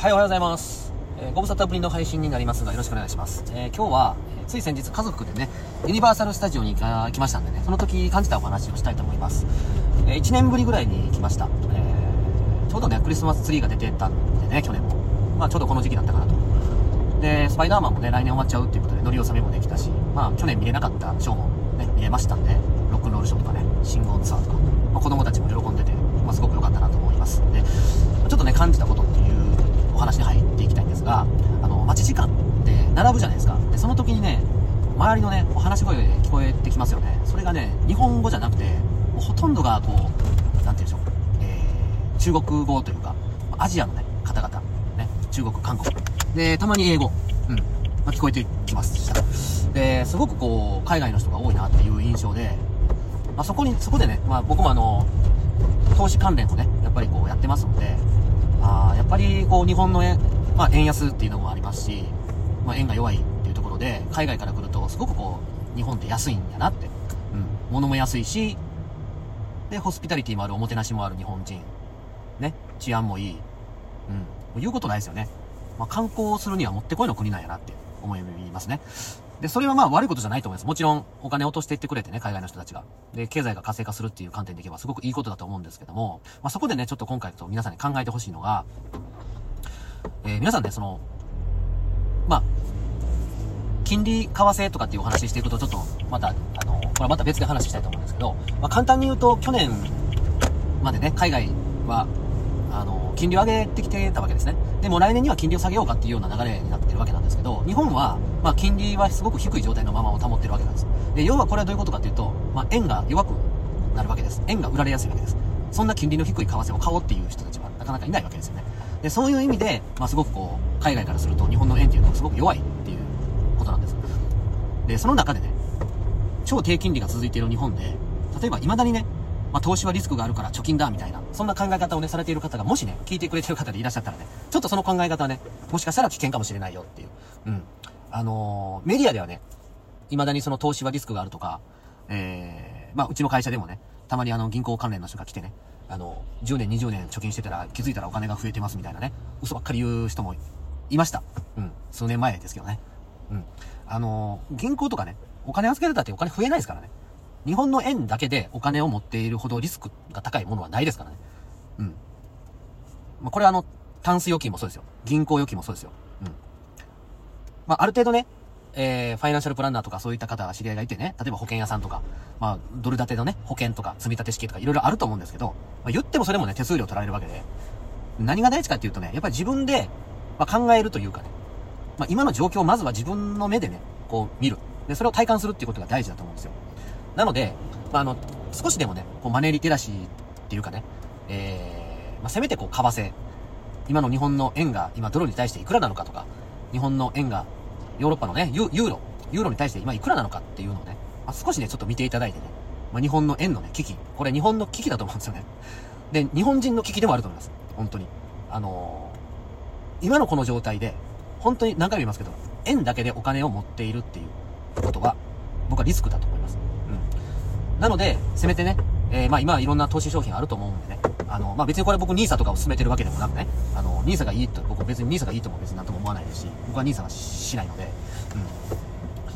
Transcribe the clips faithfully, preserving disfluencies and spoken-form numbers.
はい、おはようございます。えー、ご無沙汰ぶりの配信になりますが、よろしくお願いします。えー、今日は、えー、つい先日家族でね、ユニバーサルスタジオに来ましたんでね、その時感じたお話をしたいと思います。えー、いちねんぶりぐらいに来ました。えー、ちょうどね、クリスマスツリーが出てたんでね、去年も。まあ、ちょうどこの時期だったかなと。で、スパイダーマンもね、来年終わっちゃうっていうことで、乗り納めもできたし、まあ、去年見れなかったショーもね、見れましたんで、ロックンロールショーとかね、信号ツアーとか、まあ、子供たちも喜んでて、まあ、すごく良かったなと思います。で、ちょっとね、感じたことっていうお話に入っていきたいんですが、あの、待ち時間って並ぶじゃないですか。で、その時にね、周りのね、話し声で聞こえてきますよね。それがね、日本語じゃなくて、もうほとんどがこう、なんて言うんでしょう、えー、中国語というか、アジアのね、方々、ね、中国、韓国、で、たまに英語、うん、まあ、聞こえてきました。で、すごくこう、海外の人が多いなっていう印象で、まあ、そこに、そこでね、まあ、僕もあの、投資関連をね、やっぱりこうやってますので、あやっぱりこう日本の円、まあ、円安っていうのもありますし、まあ、円が弱いっていうところで、海外から来るとすごくこう、日本って安いんやなって。うん。物も安いし、で、ホスピタリティもある、おもてなしもある日本人。ね。治安もいい。うん。もう言うことないですよね。まあ、観光するにはもってこいの国なんやなって思いますね。で、それはまあ悪いことじゃないと思います。もちろんお金を落としていってくれてね、海外の人たちが。で、経済が活性化するっていう観点でいけばすごくいいことだと思うんですけども、まあそこでね、ちょっと今回と皆さんに考えてほしいのが、えー、皆さんね、その、まあ、金利、為替とかっていうお話していくとちょっと、また、あの、これはまた別で話したいと思うんですけど、まあ簡単に言うと、去年までね、海外は、あの、金利を上げてきてたわけですね。でも来年には金利を下げようかっていうような流れになってるわけなんですけど、日本は、まあ金利はすごく低い状態のままを保ってるわけなんです。で、要はこれはどういうことかっていうと、まあ円が弱くなるわけです。円が売られやすいわけです。そんな金利の低い為替を買おうっていう人たちはなかなかいないわけですよね。で、そういう意味で、まあすごくこう、海外からすると日本の円っていうのはすごく弱いっていうことなんです。で、その中でね、超低金利が続いている日本で、例えば未だにね、まあ、投資はリスクがあるから貯金だみたいな、そんな考え方をね、されている方がもしね、聞いてくれている方でいらっしゃったらね、ちょっとその考え方はね、もしかしたら危険かもしれないよっていう。うん。あのー、メディアではね、未だにその投資はリスクがあるとか、えー、まあ、うちの会社でもね、たまにあの、銀行関連の人が来てね、あの、じゅうねん、にじゅうねん貯金してたら気づいたらお金が増えてますみたいなね、嘘ばっかり言う人もいました。うん。数年前ですけどね。うん。あのー、銀行とかね、お金預けてたってお金増えないですからね。日本の円だけでお金を持っているほどリスクが高いものはないですからね。うん。まあ、これはあの、タンス預金もそうですよ。銀行預金もそうですよ。うん。まあ、ある程度ね、えー、ファイナンシャルプランナーとかそういった方が知り合いがいてね、例えば保険屋さんとか、まあ、ドル建てのね、保険とか積み立て式とかいろいろあると思うんですけど、まあ、言ってもそれもね、手数料取られるわけで、何が大事かっていうとね、やっぱり自分で、まあ、考えるというかね、まあ、今の状況をまずは自分の目でね、こう見る。で、それを体感するっていうことが大事だと思うんですよ。なので、まあ、あの、少しでもね、こうマネーリテラシーっていうかね、えー、まあ、せめてこう、為替、今の日本の円が今ドルに対していくらなのかとか、日本の円がヨーロッパのね、ユユーロ、ユーロに対して今いくらなのかっていうのをね、まあ、少しね、ちょっと見ていただいてね、まあ、日本の円のね、危機、これ日本の危機だと思うんですよね。で、日本人の危機でもあると思います。本当に。あのー、今のこの状態で、本当に何回も言いますけど、円だけでお金を持っているっていうことは、僕はリスクだと思います。なので、せめてね、えー、まあ今いろんな投資商品あると思うんでね、あの、まあ別にこれ僕ニーサとかを進めてるわけでもなくね、あの、ニーサがいいと、僕別にニーサがいいとも別になんとも思わないですし、僕はニーサはしないので、うん。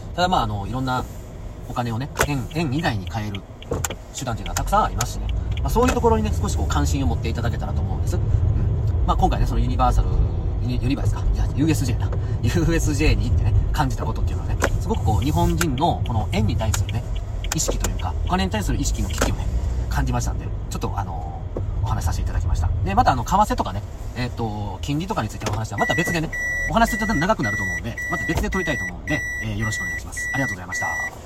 ただまああの、いろんなお金をね、円、円以外に変える手段というのはたくさんありますしね、まあそういうところにね、少しこう関心を持っていただけたらと思うんです。うん。まあ今回ね、そのユニバーサル、ユニバースか、いや、ユーエスジェー な、ユーエスジェー に行ってね、感じたことっていうのはね、すごくこう、日本人のこの円に対するね、意識というか、お金に対する意識の危機をね、感じましたんで、ちょっとあのー、お話しさせていただきました。で、またあの、為替とかね、えっと、金利とかについてのお話はまた別でね、お話しすると長くなると思うんで、また別で撮りたいと思うんで、えー、よろしくお願いします。ありがとうございました。